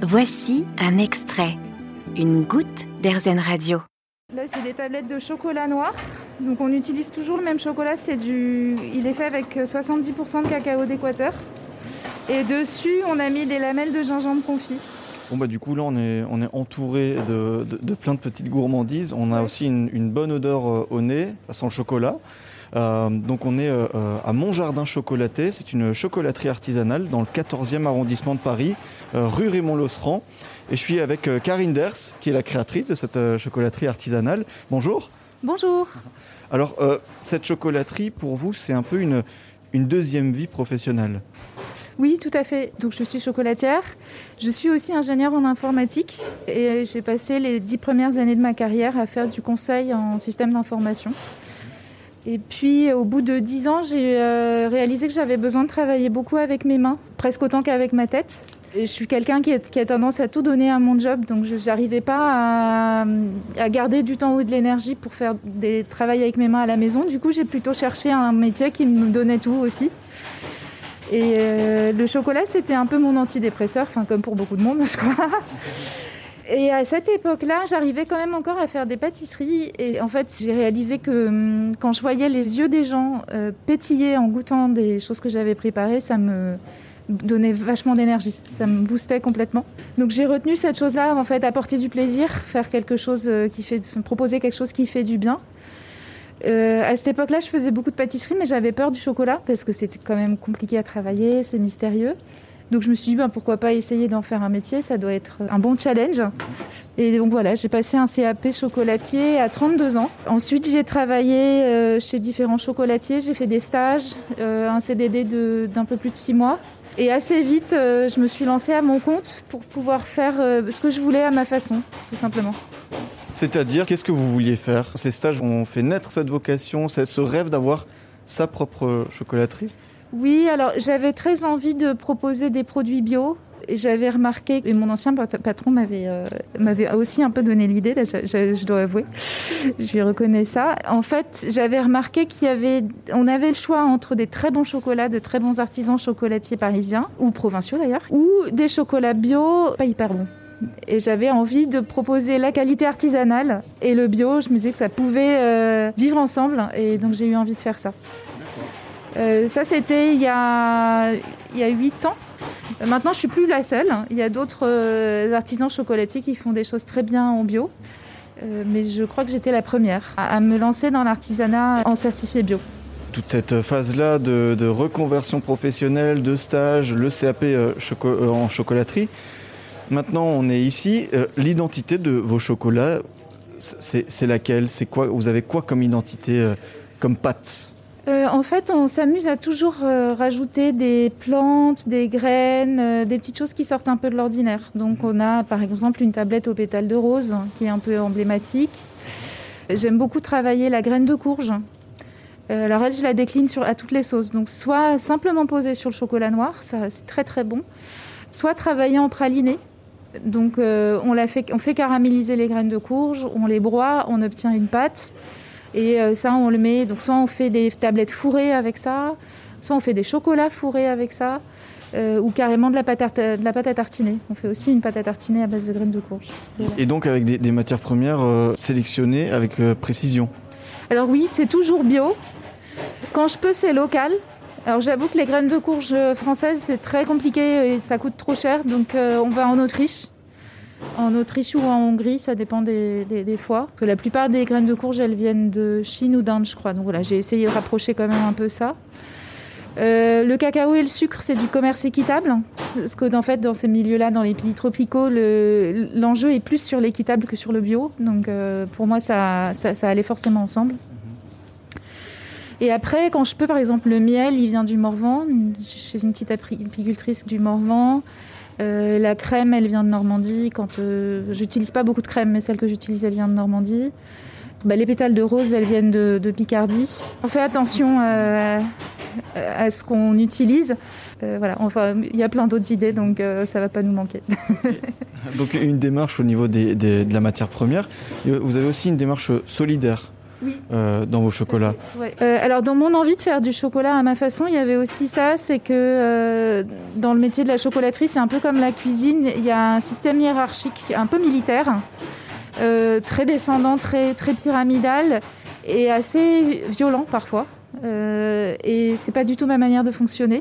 Voici un extrait, une goutte d'Airzen Radio. Là, c'est des tablettes de chocolat noir. Donc, on utilise toujours le même chocolat. Il est fait avec 70% de cacao d'Équateur. Et dessus, on a mis des lamelles de gingembre confit. Bon du coup là on est entouré de plein de petites gourmandises. On a aussi une bonne odeur au nez, ça sent le chocolat. Donc on est à Montjardin Chocolaté, c'est une chocolaterie artisanale dans le 14e arrondissement de Paris, rue Raymond-Losserand. Et je suis avec Karine Ders, qui est la créatrice de cette chocolaterie artisanale. Bonjour. Bonjour. Alors cette chocolaterie pour vous c'est un peu une deuxième vie professionnelle. Oui, tout à fait. Donc, je suis chocolatière. Je suis aussi ingénieure en informatique et j'ai passé les 10 premières années de ma carrière à faire du conseil en système d'information. Et puis, au bout de 10 ans, j'ai réalisé que j'avais besoin de travailler beaucoup avec mes mains, presque autant qu'avec ma tête. Et je suis quelqu'un qui a tendance à tout donner à mon job, donc je n'arrivais pas à garder du temps ou de l'énergie pour faire des travaux avec mes mains à la maison. Du coup, j'ai plutôt cherché un métier qui me donnait tout aussi. Et le chocolat, c'était un peu mon antidépresseur, enfin comme pour beaucoup de monde, je crois. Et à cette époque-là, j'arrivais quand même encore à faire des pâtisseries. Et en fait, j'ai réalisé que quand je voyais les yeux des gens pétiller en goûtant des choses que j'avais préparées, ça me donnait vachement d'énergie. Ça me boostait complètement. Donc j'ai retenu cette chose-là, en fait, apporter du plaisir, faire quelque chose proposer quelque chose qui fait du bien. À cette époque-là, je faisais beaucoup de pâtisserie, mais j'avais peur du chocolat parce que c'était quand même compliqué à travailler, c'est mystérieux. Donc je me suis dit, pourquoi pas essayer d'en faire un métier, ça doit être un bon challenge. Et donc voilà, j'ai passé un CAP chocolatier à 32 ans. Ensuite, j'ai travaillé chez différents chocolatiers, j'ai fait des stages, un CDD d'un peu plus de 6 mois. Et assez vite, je me suis lancée à mon compte pour pouvoir faire ce que je voulais à ma façon, tout simplement. C'est-à-dire, qu'est-ce que vous vouliez faire ? Ces stages ont fait naître cette vocation, ce rêve d'avoir sa propre chocolaterie ? Oui, alors j'avais très envie de proposer des produits bio. Et j'avais remarqué, et mon ancien patron m'avait aussi un peu donné l'idée, là, je dois avouer, je lui reconnais ça. En fait, j'avais remarqué on avait le choix entre des très bons chocolats, de très bons artisans chocolatiers parisiens, ou provinciaux d'ailleurs, ou des chocolats bio pas hyper bons. Et j'avais envie de proposer la qualité artisanale et le bio. Je me disais que ça pouvait vivre ensemble. Et donc, j'ai eu envie de faire ça. Ça, c'était il y a 8 ans. Maintenant, je ne suis plus la seule. Il y a d'autres artisans chocolatiers qui font des choses très bien en bio. Mais je crois que j'étais la première à me lancer dans l'artisanat en certifié bio. Toute cette phase-là de reconversion professionnelle, de stage, le CAP en chocolaterie. Maintenant, on est ici. L'identité de vos chocolats, c'est laquelle ? C'est quoi ? Vous avez quoi comme identité, comme pâte ? En fait, on s'amuse à toujours rajouter des plantes, des graines, des petites choses qui sortent un peu de l'ordinaire. Donc, on a par exemple une tablette aux pétales de rose qui est un peu emblématique. J'aime beaucoup travailler la graine de courge. Alors elle, je la décline à toutes les sauces. Donc, soit simplement posée sur le chocolat noir, ça c'est très très bon. Soit travailler en praliné. Donc on fait caraméliser les graines de courge, on les broie, on obtient une pâte et ça on le met. Donc soit on fait des tablettes fourrées avec ça, soit on fait des chocolats fourrés avec ça, ou carrément de la pâte à tartiner. On fait aussi une pâte à tartiner à base de graines de courge. Voilà. Et donc avec des matières premières sélectionnées avec précision. Alors oui, c'est toujours bio. Quand je peux, c'est local. Alors j'avoue que les graines de courge françaises, c'est très compliqué et ça coûte trop cher. Donc on va en Autriche. En Autriche ou en Hongrie, ça dépend des fois. Parce que la plupart des graines de courge, elles viennent de Chine ou d'Inde, je crois. Donc voilà, j'ai essayé de rapprocher quand même un peu ça. Le cacao et le sucre, c'est du commerce équitable. Parce que en fait, dans ces milieux-là, dans les pays tropicaux, l'enjeu est plus sur l'équitable que sur le bio. Donc pour moi, ça allait forcément ensemble. Et après, quand je peux, par exemple, le miel, il vient du Morvan, chez une petite apicultrice du Morvan. La crème, elle vient de Normandie. J'utilise pas beaucoup de crème, mais celle que j'utilise, elle vient de Normandie. Les pétales de rose, elles viennent de Picardie. On fait attention à ce qu'on utilise. Voilà, enfin, il y a plein d'autres idées, donc ça va pas nous manquer. Donc une démarche au niveau de la matière première. Vous avez aussi une démarche solidaire. dans vos chocolats. Ouais. Alors dans mon envie de faire du chocolat à ma façon, il y avait aussi ça, c'est que dans le métier de la chocolaterie, c'est un peu comme la cuisine, il y a un système hiérarchique un peu militaire, très descendant, très pyramidal et assez violent parfois. Et c'est pas du tout ma manière de fonctionner.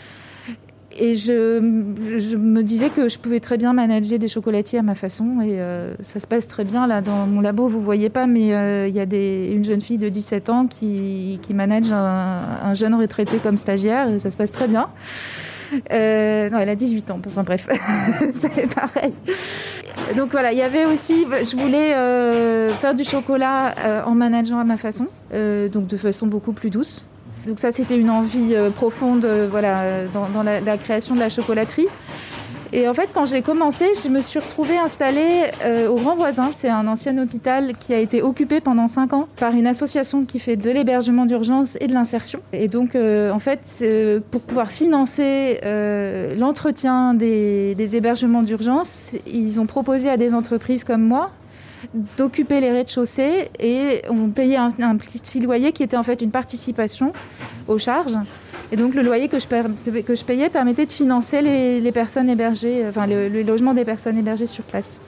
Et je me disais que je pouvais très bien manager des chocolatiers à ma façon et ça se passe très bien là dans mon labo, vous voyez pas, mais il y a une jeune fille de 17 ans qui manage un jeune retraité comme stagiaire et ça se passe très bien. Non, elle a 18 ans, enfin bref, c'est pareil. Donc voilà, il y avait aussi, je voulais faire du chocolat en manageant à ma façon, donc de façon beaucoup plus douce. Donc ça, c'était une envie profonde dans la création de la chocolaterie. Et en fait, quand j'ai commencé, je me suis retrouvée installée au Grand Voisin. C'est un ancien hôpital qui a été occupé pendant 5 ans par une association qui fait de l'hébergement d'urgence et de l'insertion. Et donc, en fait, pour pouvoir financer l'entretien des hébergements d'urgence, ils ont proposé à des entreprises comme moi d'occuper les rez-de-chaussée et on payait un petit loyer qui était en fait une participation aux charges. Et donc le loyer que je payais permettait de financer les personnes hébergées, enfin le logement des personnes hébergées sur place.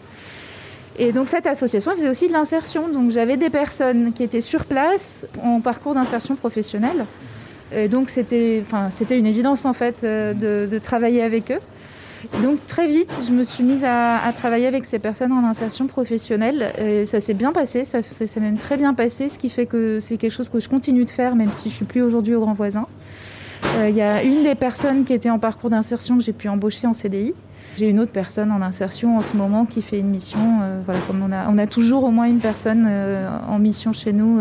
Et donc cette association faisait aussi de l'insertion. Donc j'avais des personnes qui étaient sur place en parcours d'insertion professionnelle. Et donc c'était une évidence en fait de travailler avec eux. Donc très vite, je me suis mise à travailler avec ces personnes en insertion professionnelle. Et ça s'est bien passé, ça s'est même très bien passé, ce qui fait que c'est quelque chose que je continue de faire, même si je ne suis plus aujourd'hui au Grand Voisin. Il y a une des personnes qui était en parcours d'insertion que j'ai pu embaucher en CDI. J'ai une autre personne en insertion en ce moment qui fait une mission. Comme on a toujours au moins une personne en mission chez nous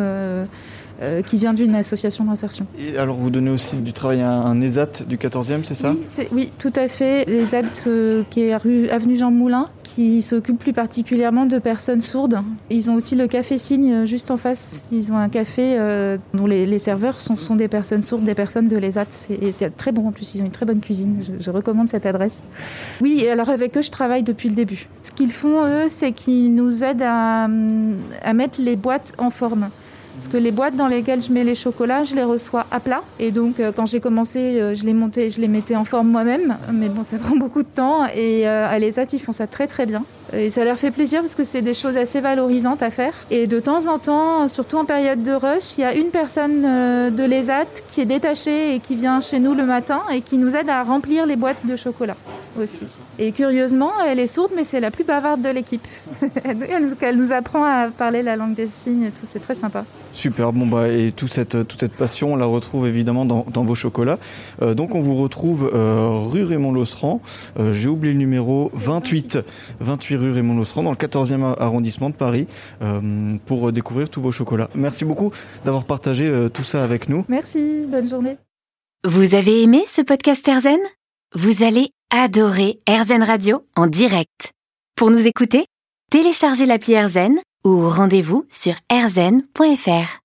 qui vient d'une association d'insertion. Et alors vous donnez aussi du travail à un ESAT du 14e, c'est ça ? Oui, tout à fait. L'ESAT qui est avenue Jean Moulin, qui s'occupe plus particulièrement de personnes sourdes. Ils ont aussi le Café Cygne juste en face. Ils ont un café dont les serveurs sont des personnes sourdes, des personnes de l'ESAT. Et c'est très bon en plus, ils ont une très bonne cuisine. Je recommande cette adresse. Oui, alors avec eux, je travaille depuis le début. Ce qu'ils font, eux, c'est qu'ils nous aident à mettre les boîtes en forme. Parce que les boîtes dans lesquelles je mets les chocolats, je les reçois à plat. Et donc, quand j'ai commencé, je les mettais en forme moi-même. Mais bon, ça prend beaucoup de temps. Et à l'ESAT, ils font ça très, très bien. Et ça leur fait plaisir parce que c'est des choses assez valorisantes à faire. Et de temps en temps, surtout en période de rush, il y a une personne de l'ESAT qui est détachée et qui vient chez nous le matin et qui nous aide à remplir les boîtes de chocolat aussi. Et curieusement, elle est sourde, mais c'est la plus bavarde de l'équipe. Elle nous apprend à parler la langue des signes et tout, c'est très sympa. Super, et toute cette passion, on la retrouve évidemment dans vos chocolats. Donc on vous retrouve rue Raymond-Losserand, j'ai oublié le numéro 28 rue Raymond-Losserand, dans le 14e arrondissement de Paris, pour découvrir tous vos chocolats. Merci beaucoup d'avoir partagé tout ça avec nous. Merci, bonne journée. Vous avez aimé ce podcast AirZen ? Vous allez adorer AirZen Radio en direct. Pour nous écouter, téléchargez l'appli AirZen ou rendez-vous sur airzen.fr.